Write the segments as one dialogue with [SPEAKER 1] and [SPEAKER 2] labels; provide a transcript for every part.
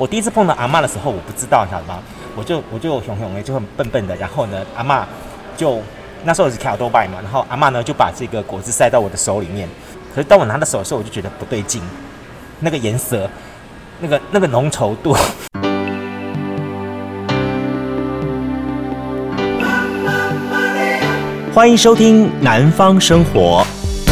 [SPEAKER 1] 我第一次碰到阿嬷的时候，我不知道，晓得吗？我就熊熊的，就很笨笨的，然后呢，阿嬷就那时候是卡多拜嘛，然后阿嬷呢就把这个果汁塞到我的手里面，可是当我拿到手的时候，我就觉得不对劲，那个颜色，那个浓稠度。
[SPEAKER 2] 欢迎收听《南方生活》。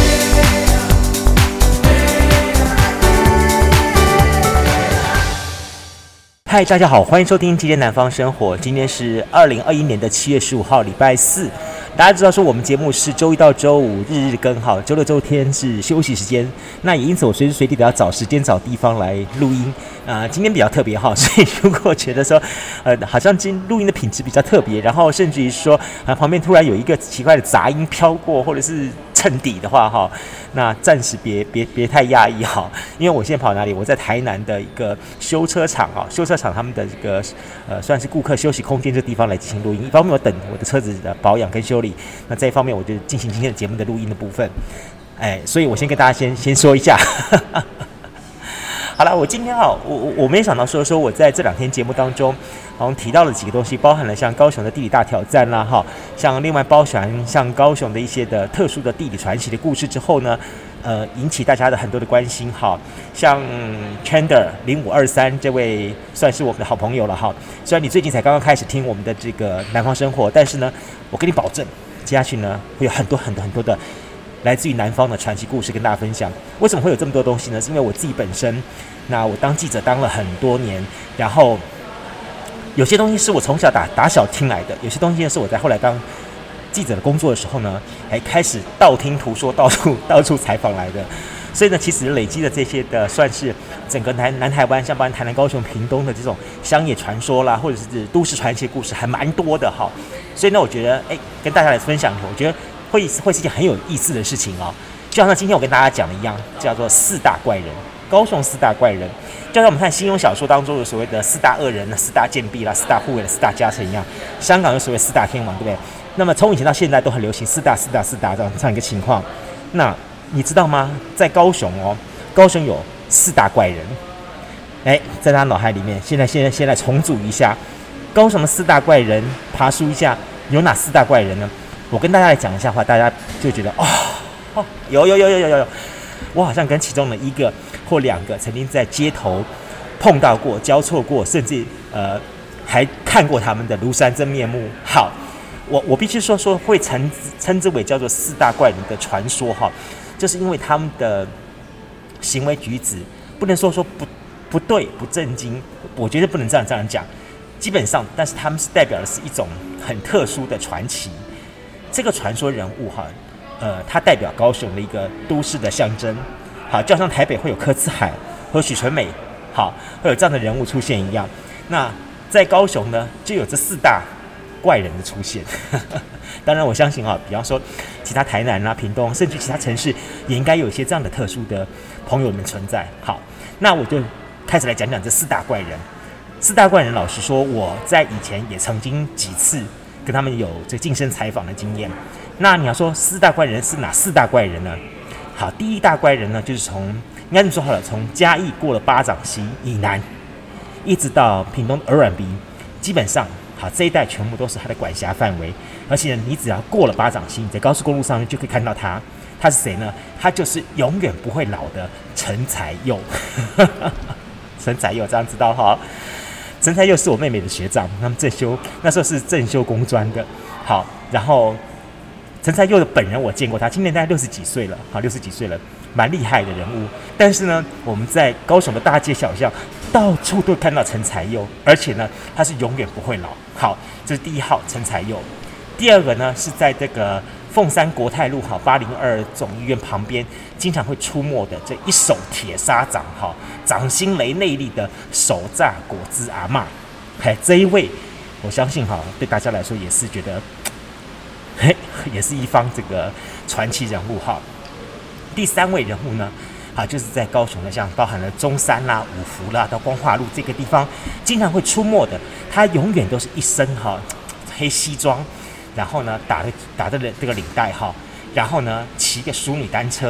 [SPEAKER 1] 嗨，大家好，欢迎收听今天南方生活。今天是2021年的7月15号，礼拜四。大家知道说我们节目是周一到周五日日更好，周六周天是休息时间。那也因此我随时随地都要找时间找地方来录音。今天比较特别哈，所以如果觉得说好像录音的品质比较特别，然后甚至于说旁边突然有一个奇怪的杂音飘过，或者是衬底的话哈，那暂时别太讶异哈，因为我现在跑哪里？我在台南的一个修车厂啊，修车厂他们的这个算是顾客休息空间这地方来进行录音。一方面我等我的车子的保养跟修理，那这一方面我就进行今天的节目的录音的部分。所以我先跟大家先说一下。好了，我今天我没想到说我在这2天节目当中，好像提到了几个东西，包含了像高雄的地理大挑战啦，像另外包含像高雄的一些的特殊的地理传奇的故事之后呢，引起大家的很多的关心像 Chandler 0523这位算是我们的好朋友了虽然你最近才刚刚开始听我们的这个南方生活，但是呢，我跟你保证，接下去呢会有很多的来自于南方的传奇故事跟大家分享。为什么会有这么多东西呢？是因为我自己本身，那我当记者当了很多年，然后有些东西是我从小打小听来的，有些东西是我在后来当记者的工作的时候呢，开始道听途说，到处采访来的。所以呢，其实累积的这些的，算是整个南台湾，像包含台南、高雄、屏东的这种乡野传说啦，或者是都市传奇的故事，还蛮多的所以呢，我觉得跟大家来分享，我觉得会是一件很有意思的事情就像今天我跟大家讲的一样，叫做4大怪人，高雄4大怪人，就像我们看金庸小说当中的所谓的4大恶人、4大贱婢啦、4大护卫、4大家臣一样，香港有所谓4大天王，对不对？那么从以前到现在都很流行4大这样一个情况。那你知道吗？在高雄高雄有4大怪人。在他脑海里面，现在来重组一下，高雄的4大怪人，爬梳一下，有哪4大怪人呢？我跟大家来讲一下话，大家就觉得有，我好像跟其中的1个或2个曾经在街头碰到过、交错过，甚至还看过他们的庐山真面目。好，我必须说会称之为叫做4大怪人的传说就是因为他们的行为举止不能说不对不正经，我觉得不能这样讲，基本上，但是他们是代表的是一种很特殊的传奇。这个传说人物它代表高雄的一个都市的象征，就像台北会有柯志海和许纯美，会有这样的人物出现一样。那在高雄呢，就有这4大怪人的出现。当然，我相信比方说其他台南屏东，甚至其他城市，也应该有一些这样的特殊的朋友们存在。好，那我就开始来讲讲这4大怪人。4大怪人，老实说，我在以前也曾经几次跟他们有这近身采访的经验。那你要说4大怪人是哪4大怪人呢？好，第1大怪人呢，就是应该这么说好了，从嘉义过了八掌溪以南，一直到屏东的鹅銮鼻，基本上这一带全部都是他的管辖范围。而且你只要过了八掌溪，你在高速公路上面就可以看到他。他是谁呢？他就是永远不会老的陈才佑。陈才佑，这样知道陈才佑是我妹妹的学长，他们那时候是正修工专的。好，然后陈才佑的本人我见过他，今年大概60几岁了，蛮厉害的人物。但是呢，我们在高雄的大街小巷到处都看到陈才佑，而且呢，他是永远不会老。好，这是第1号陈才佑。第2个呢，是在这个凤山国泰路802总医院旁边，经常会出没的这一手铁砂掌掌心雷内力的手榨果汁阿嬷。这一位，我相信对大家来说也是觉得，也是一方这个传奇人物第3位人物呢，就是在高雄的，像包含了中山啦、五福啦到光华路这个地方，经常会出没的。他永远都是一身黑西装，然后呢打着这个领带然后呢骑个淑女单车，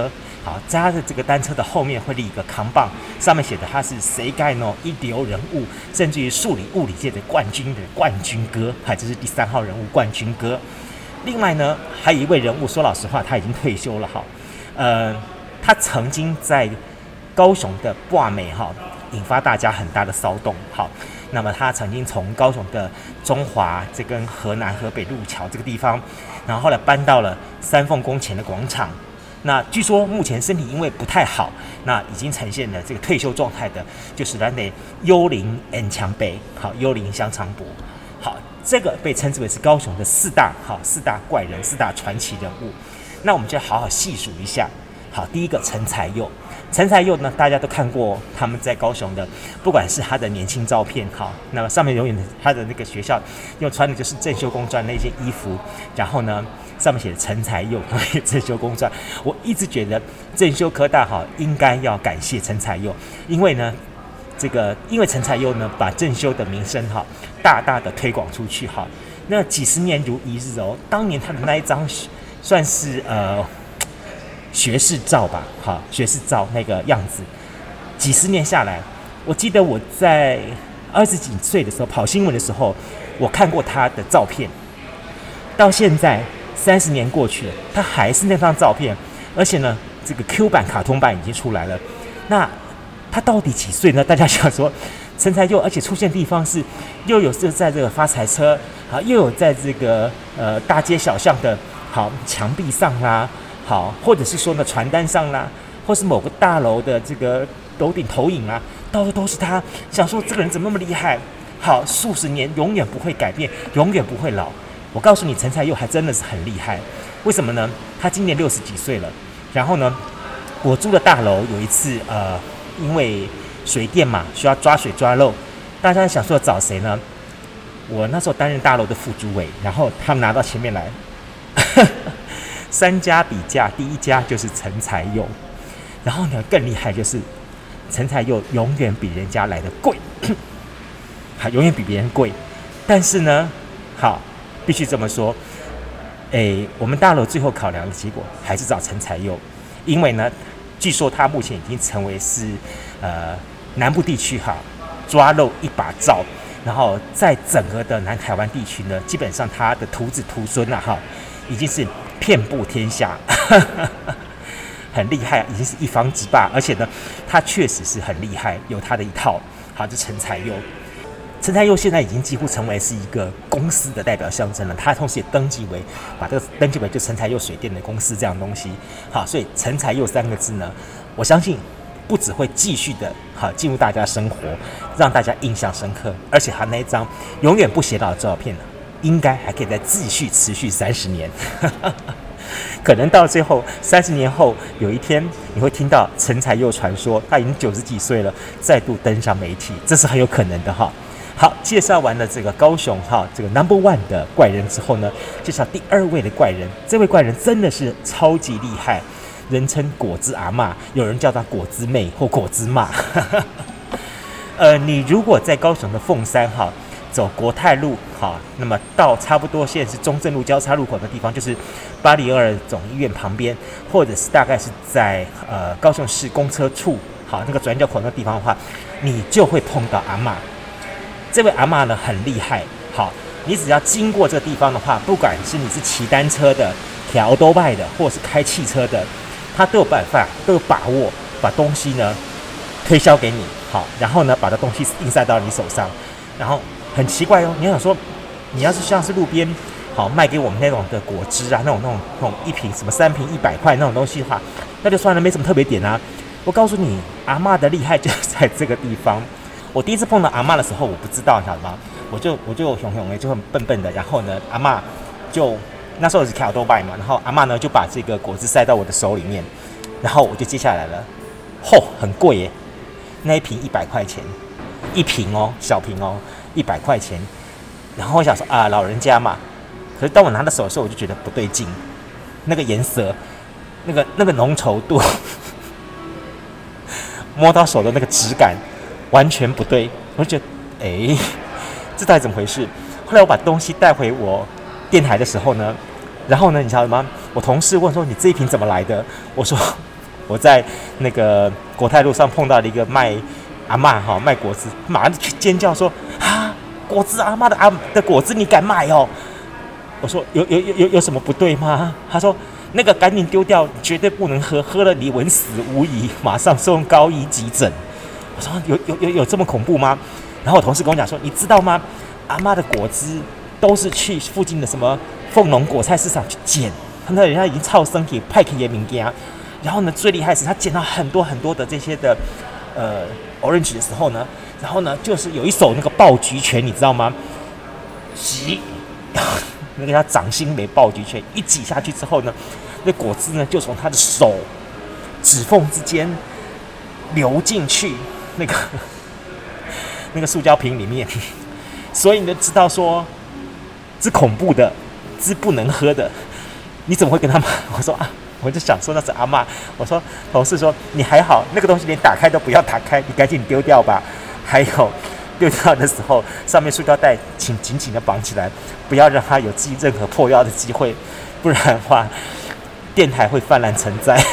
[SPEAKER 1] 好，在他的这个单车的后面会立一个扛棒，上面写的他是谁盖呢一流人物，甚至于数理物理界的冠军哥，这是第3号人物冠军哥。另外呢，还有一位人物，说老实话，他已经退休了哈。他曾经在高雄的挂美哈引发大家很大的骚动。好，那么他曾经从高雄的中华这跟河南河北路桥这个地方，然后后来搬到了三凤宫前的广场。那据说目前身体因为不太好，那已经呈现了这个退休状态的，就是咱的幽灵恩强杯，好，幽灵香肠伯，好，这个被称之为是高雄的四大怪人、4大传奇人物。那我们就好好细数一下。好，第一个陈才佑，陈才佑呢，大家都看过他们在高雄的，不管是他的年轻照片，好，那么上面永远他的那个学校又穿的就是正修公专那件衣服，然后呢，上面写的陈才佑正修公专。我一直觉得正修科大好应该要感谢陈才佑，因为呢，因为陈才佑呢把正修的名声哈大大的推广出去哈。那几十年如一日哦，当年他的那一张算是学士照吧，好，学士照那个样子，几十年下来，我记得我在20几岁的时候跑新闻的时候，我看过他的照片，到现在30年过去了，他还是那张照片，而且呢，这个 Q 版卡通版已经出来了。那他到底几岁呢？大家想说，陈才佑，而且出现的地方是又有是在这个发财车，好，又有在这个大街小巷的好墙壁上啦。好，或者是说呢，传单上啦，或是某个大楼的这个楼顶投影啊，到处都是他。想说这个人怎么那么厉害？好，数十年永远不会改变，永远不会老。我告诉你，陈才佑还真的是很厉害。为什么呢？他今年60几岁了。然后呢，我住的大楼有一次因为水电嘛，需要抓水抓漏，大家想说找谁呢？我那时候担任大楼的副主委，然后他们拿到前面来。3家比价，第1家就是陈才佑，然后呢更厉害就是陈才佑永远比人家来的贵，好，永远比别人贵。但是呢，好，必须这么说，我们大楼最后考量的结果还是找陈才佑，因为呢，据说他目前已经成为是南部地区哈抓漏一把罩，然后在整个的南台湾地区呢，基本上他的徒子徒孙哈已经是遍布天下，很厉害，已经是一方之霸。而且呢，他确实是很厉害，有他的一套。好，就陈才佑。陈才佑现在已经几乎成为是一个公司的代表象征了。他同时也把这个登记为就陈才佑水电的公司这样的东西。好，所以陈才佑3个字呢，我相信不只会继续的进入大家生活，让大家印象深刻，而且他那一张永远不显老的照片呢，应该还可以再继续持续30年，可能到最后30年后有一天，你会听到陈才佑传说，他已经90几岁了，再度登上媒体，这是很有可能的哈。好，介绍完了这个高雄这个 No.1 的怪人之后呢，介绍第2位的怪人。这位怪人真的是超级厉害，人称果汁阿嬷，有人叫他果汁妹或果汁妈。你如果在高雄的凤山走国泰路，好，那么到差不多现在是中正路交叉路口的地方，就是802总医院旁边，或者是大概是在高雄市公车处，好，那个转角口那个地方的话，你就会碰到阿嬷。这位阿嬷呢很厉害，好，你只要经过这个地方的话，不管是你是骑单车的、调多拜的，或者是开汽车的，他都有办法，都有把握把东西呢推销给你，好，然后呢把这东西印塞到你手上，然后。很奇怪哦，你想说，你要是像是路边好卖给我们那种的果汁啊，那种一瓶什么3瓶100块那种东西的话，那就算了，没什么特别点啊。我告诉你，阿嬷的厉害就在这个地方。我第一次碰到阿嬷的时候，我不知道，你晓得吗？我就熊熊的就很笨的，然后呢，阿嬷就那时候是开多拜嘛，然后阿嬷呢就把这个果汁塞到我的手里面，然后我就接下来了，很贵耶，那一瓶100块钱，一瓶哦，小瓶哦。100块钱，然后我想说老人家嘛，可是当我拿到手的时候，我就觉得不对劲，那个颜色，那个浓稠度，摸到手的那个质感完全不对，我就觉得这到底怎么回事？后来我把东西带回我电台的时候呢，然后呢，你知道吗？我同事问说你这一瓶怎么来的？我说我在那个国泰路上碰到了一个卖阿嬷哈卖果汁，马上去尖叫说啊，果汁阿嬷的果汁你敢买哦？我说有什么不对吗？他说那个赶紧丢掉，绝对不能喝，喝了你稳死无疑，马上送高医急诊。我说有这么恐怖吗？然后我同事跟我讲说，你知道吗？阿嬷的果汁都是去附近的什么凤农果菜市场去捡，那人家已经超生给派克的物件，然后呢最厉害是他捡到很多很多的这些的orange 的时候呢，然后呢就是有一手那个爆菊拳，你知道吗？挤。那个叫掌心梅爆菊拳，一挤下去之后呢，那果汁呢就从他的手指缝之间流进去那个塑胶瓶里面，所以你就知道说，是恐怖的，是不能喝的。你怎么会跟他们？我说啊，我就想说那是阿嬷。我说同事说你还好，那个东西连打开都不要打开，你赶紧丢掉吧。还有。丢掉的时候，上面塑胶袋请紧紧的绑起来，不要让它有任何破药的机会，不然的话，电台会泛滥成灾。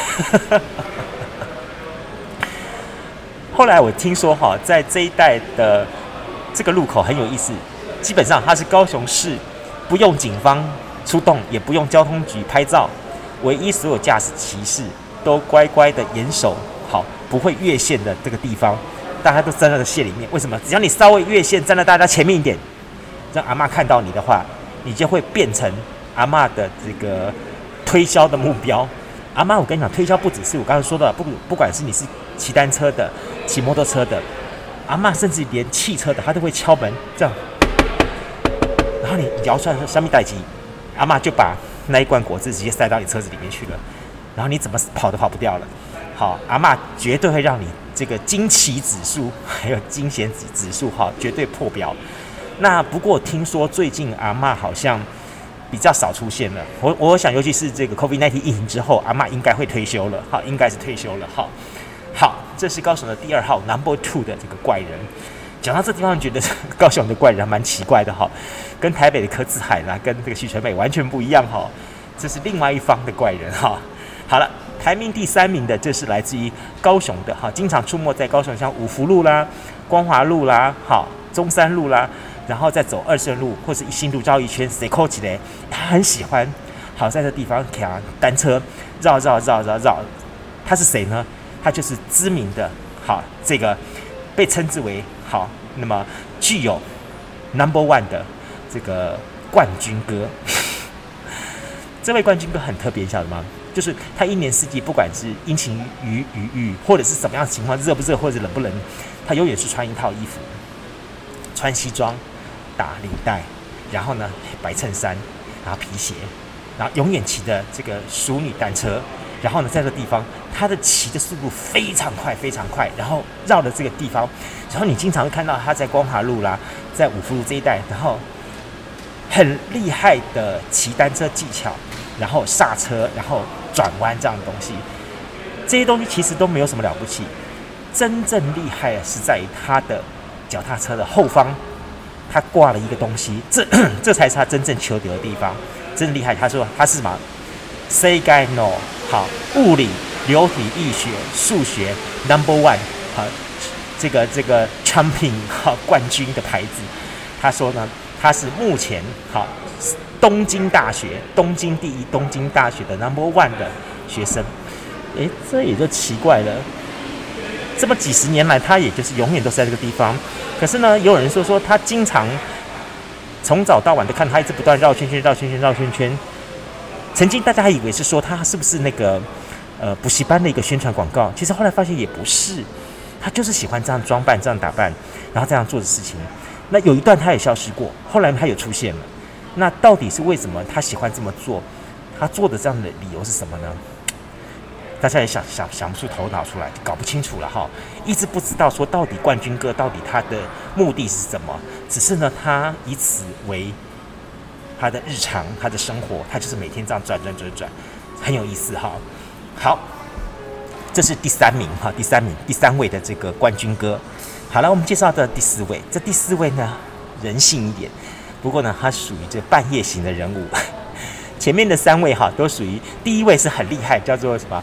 [SPEAKER 1] 后来我听说哈，在这一带的这个路口很有意思，基本上它是高雄市不用警方出动，也不用交通局拍照，唯一所有驾驶骑士都乖乖的严守好，不会越线的这个地方。大家都站在那线里面，为什么？只要你稍微越线，站在大家前面一点，让阿嬷看到你的话，你就会变成阿嬷的这个推销的目标。阿嬷，我跟你讲，推销不只是我刚才说的，不管是你是骑单车的、骑摩托车的，阿嬷甚至连汽车的，她都会敲门这样，然后你摇出来说什么代志，阿嬷就把那一罐果汁直接塞到你车子里面去了，然后你怎么跑都跑不掉了。好，阿嬷绝对会让你这个惊奇指数还有惊险指数哈，绝对破表。那不过听说最近阿嬷好像比较少出现了，我想尤其是这个 COVID-19 疫情之后，阿嬷应该会退休了，好，应该是退休了。好，这是高雄的第2号 Number 2的这个怪人。讲到这地方，觉得高雄的怪人还蛮奇怪的哈，跟台北的柯志海啦，跟这个许纯美完全不一样哈，这是另外一方的怪人哈。好了。排名第3名的，这是来自于高雄的哈，经常出没在高雄，像五福路啦、光华路啦、好中山路啦，然后再走2圣路或是一心路绕一圈，谁扣起来，他很喜欢。好，在这地方骑单车绕，他是谁呢？他就是知名的，好，这个被称之为好，那么具有 Number 1的这个冠军歌。这位冠军歌很特别，你晓得吗？就是他一年四季，不管是阴晴雨，或者是什么样的情况，热不热或者冷不冷，他永远是穿一套衣服，穿西装，打领带，然后呢白衬衫，然后皮鞋，然后永远骑的这个淑女单车，然后呢在这个地方，他的骑的速度非常快，然后绕了这个地方，然后你经常会看到他在光华路啦，在五福路这一带，然后很厉害的骑单车技巧，然后刹车，然后转弯这样的东西，这些东西其实都没有什么了不起。真正厉害的是在于他的脚踏车的后方，他挂了一个东西，这才是他真正求得的地方，真的厉害。他说他是什么？世界no 好物理、流体力学、数学 Number 1好这个 champion 好冠军的牌子。他说呢，他是目前好东京大学东京第一东京大学的 Number 1的学生。这也就奇怪了。这么几十年来，他也就是永远都是在这个地方。可是呢，也有人说他经常从早到晚都看他一直不断绕圈圈。曾经大家还以为是说他是不是那个补习班的一个宣传广告，其实后来发现也不是，他就是喜欢这样装扮、这样打扮，然后这样做的事情。那有一段他也消失过，后来他也出现了。那到底是为什么他喜欢这么做？他做的这样的理由是什么呢？大家也想不出头脑出来，搞不清楚了哈，一直不知道说到底冠军歌到底他的目的是什么。只是呢，他以此为他的日常，他的生活，他就是每天这样转，很有意思哈。好，这是第3名哈，第3位的这个冠军歌。好了，我们介绍的第4位，这第4位呢人性一点，不过呢他属于这半夜型的人物。前面的3位哈都属于第1位是很厉害，叫做什么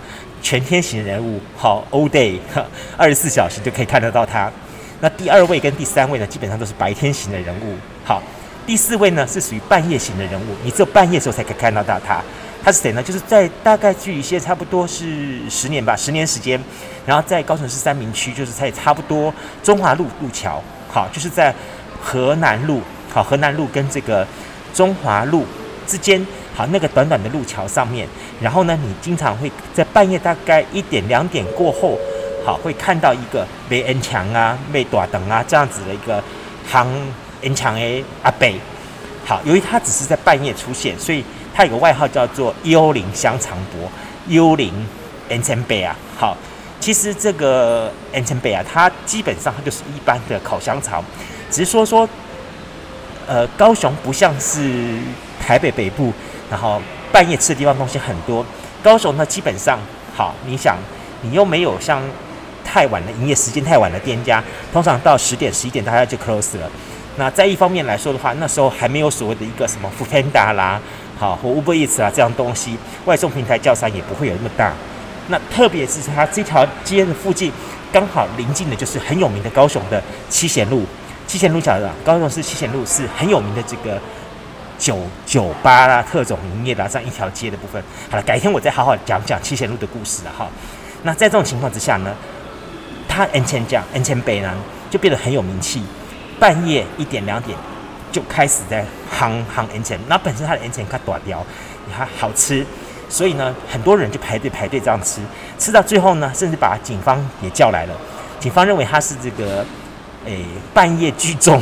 [SPEAKER 1] 全天型人物，好 all day 24小时就可以看得到他。那第2位跟第3位呢，基本上都是白天型的人物。好，第4位呢是属于半夜型的人物，你只有半夜的时候才可以看到他。他是谁呢？就是在大概距离现在差不多是10年吧，10年时间，然后在高雄市三民区，就是在差不多中华路桥，好，就是在河南路，好，河南路跟这个中华路之间，好，那个短短的路桥上面，然后呢，你经常会在半夜大概1点2点过后，好，会看到一个卖烟肠啊、卖大肠啊这样子的一个行烟肠的阿伯。好，由于他只是在半夜出现，所以他有个外号叫做幽灵香肠伯，幽灵烟肠伯啊。好，其实这个烟肠伯啊，它基本上它就是一般的烤香肠，只是说高雄不像是台北北部，然后半夜吃的地方东西很多。高雄呢，基本上好，你想，你又没有像太晚的营业时间太晚的店家，通常到10点11点大家就 close 了。那在一方面来说的话，那时候还没有所谓的一个什么 Foodpanda 啦，好或 Uber Eats 啦这样东西，外送平台叫商也不会有那么大。那特别是它这条街的附近，刚好临近的就是很有名的高雄的七贤路。七贤路晓得，高雄市七贤路是很有名的这个酒吧啦、特种营业啦这样一条街的部分。好了，改天我再好好讲讲七贤路的故事了哈。那在这种情况之下呢，它烟肠伯呢就变得很有名气。半夜1点2点就开始在夯烟肠，那本身它的烟肠它大条，它好吃，所以呢，很多人就排队这样吃到最后呢，甚至把警方也叫来了。警方认为他是这个半夜聚众，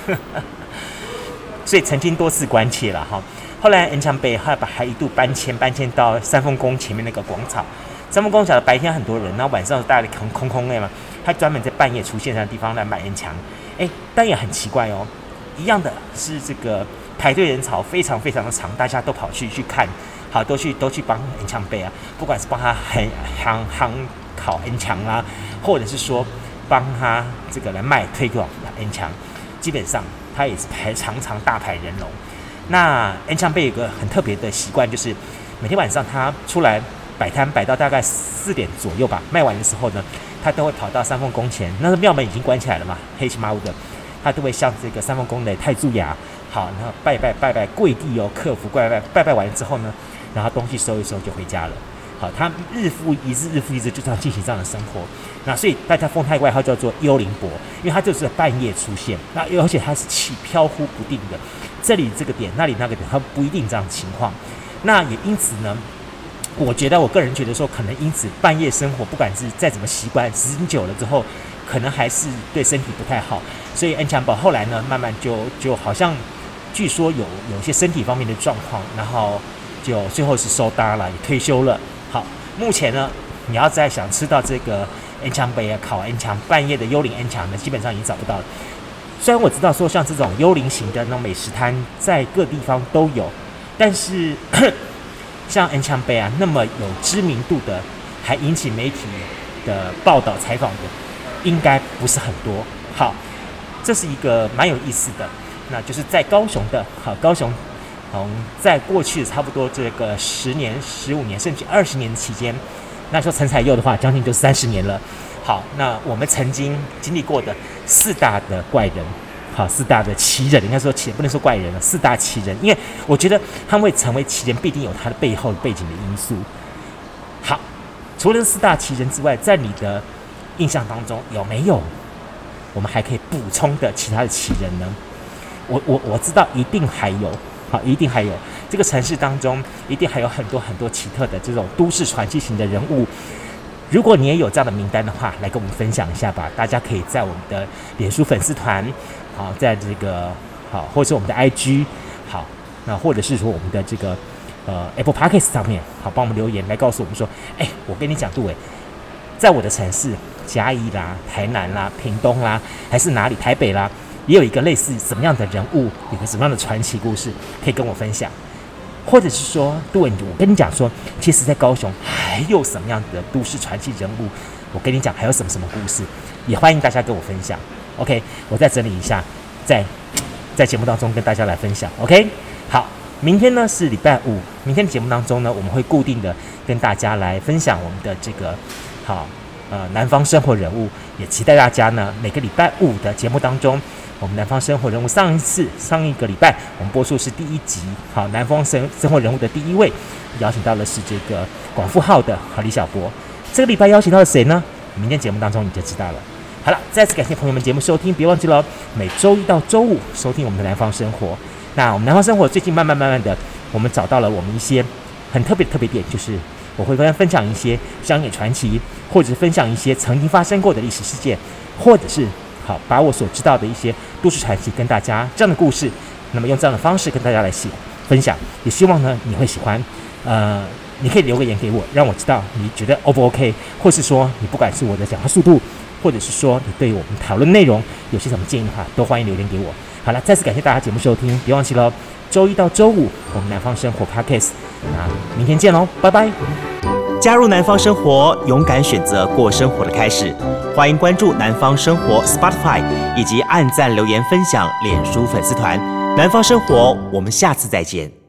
[SPEAKER 1] 所以曾经多次关切了哈。后来烟肠伯还一度搬迁到三丰宫前面那个广场。三丰宫晓得白天很多人，然后晚上大家空的嘛，他专门在半夜出现在的地方来买烟肠。但也很奇怪哦，一样的是这个排队人潮非常非常的长，大家都跑去看，好，都去帮烟肠伯啊，不管是帮他烤烟肠啊，或者是说帮他这个来推广烟肠，基本上他也是常大排人龙。那烟肠伯有个很特别的习惯，就是每天晚上他出来摆摊，摆到大概4点左右吧，卖完的时候呢，他都会跑到三丰宫前，那个庙门已经关起来了嘛，黑漆麻乌的，他都会向这个三丰宫的太祖爷，好，然后拜拜跪地哦，客服拜完之后呢，然后东西收一收就回家了。好，他日复一日就这样进行这样的生活。那所以大家封他一个外号叫做幽灵伯，因为他就是半夜出现，那而且他是飘忽不定的，这里这个点，那里那个点，他不一定这样的情况。那也因此呢，我个人觉得说，可能因此半夜生活，不管是再怎么习惯，时间久了之后，可能还是对身体不太好。所以烟肠伯后来呢，慢慢就好像，据说有些身体方面的状况，然后就最后是收搭了，也退休了。好，目前呢，你要再想吃到这个烟肠伯啊、烤烟肠、半夜的幽灵烟肠呢，基本上已经找不到了。虽然我知道说像这种幽灵型的那种美食摊在各地方都有，但是像烟肠伯啊那么有知名度的，还引起媒体的报道采访的，应该不是很多。好，这是一个蛮有意思的，那就是在高雄的，好，高雄在过去差不多这个10年、15年甚至20年的期间，那说陈彩佑的话，将近就30年了。好，那我们曾经经历过的4大的怪人。好，4大的奇人，应该说奇人不能说怪人了，4大奇人，因为我觉得他们会成为奇人，必定有他的背后背景的因素。好，除了4大奇人之外，在你的印象当中有没有我们还可以补充的其他的奇人呢？我知道一定还有，好，一定还有，这个城市当中一定还有很多很多奇特的这种都市传奇型的人物。如果你也有这样的名单的话，来跟我们分享一下吧。大家可以在我们的脸书粉丝团，好，在这个好，或者是我们的 IG， 好，那或者是说我们的这个Apple Podcast 上面，好，帮我们留言来告诉我们说，我跟你讲，杜伟，在我的城市嘉义啦、台南啦、屏东啦，还是哪里台北啦，也有一个类似什么样的人物，有个什么样的传奇故事，可以跟我分享。或者是说，杜伟，我跟你讲说，其实在高雄还有什么样的都市传奇人物？我跟你讲，还有什么故事，也欢迎大家跟我分享。OK， 我再整理一下，在节目当中跟大家来分享。OK， 好， 明天呢是礼拜五，明天的节目当中呢，我们会固定的跟大家来分享我们的这个南方生活人物，也期待大家呢每个礼拜五的节目当中，我们南方生活人物上一个礼拜我们播出是第1集，南方生活人物的第1位，邀请到的是这个广富号的李小博。这个礼拜邀请到了谁呢？明天节目当中你就知道了。好了，再次感谢朋友们节目收听，别忘记了每周1到周5收听我们的南方生活。那我们南方生活最近慢慢的，我们找到了我们一些很特别的特别点，就是我会分享一些乡野传奇，或者是分享一些曾经发生过的历史事件，或者是把我所知道的一些都市传奇跟大家这样的故事，那么用这样的方式跟大家来分享，也希望呢你会喜欢。你可以留个言给我，让我知道你觉得 O 不 OK， 或是说你不管是我的讲话速度，或者是说你对我们讨论内容有些什么建议的话，都欢迎留言给我。好了，再次感谢大家节目收听，别忘记了周1到周5我们南方生活 Podcast， 那明天见喽，拜拜。
[SPEAKER 2] 加入南方生活，勇敢选择过生活的开始。欢迎关注南方生活 Spotify， 以及按赞留言分享脸书粉丝团。南方生活，我们下次再见。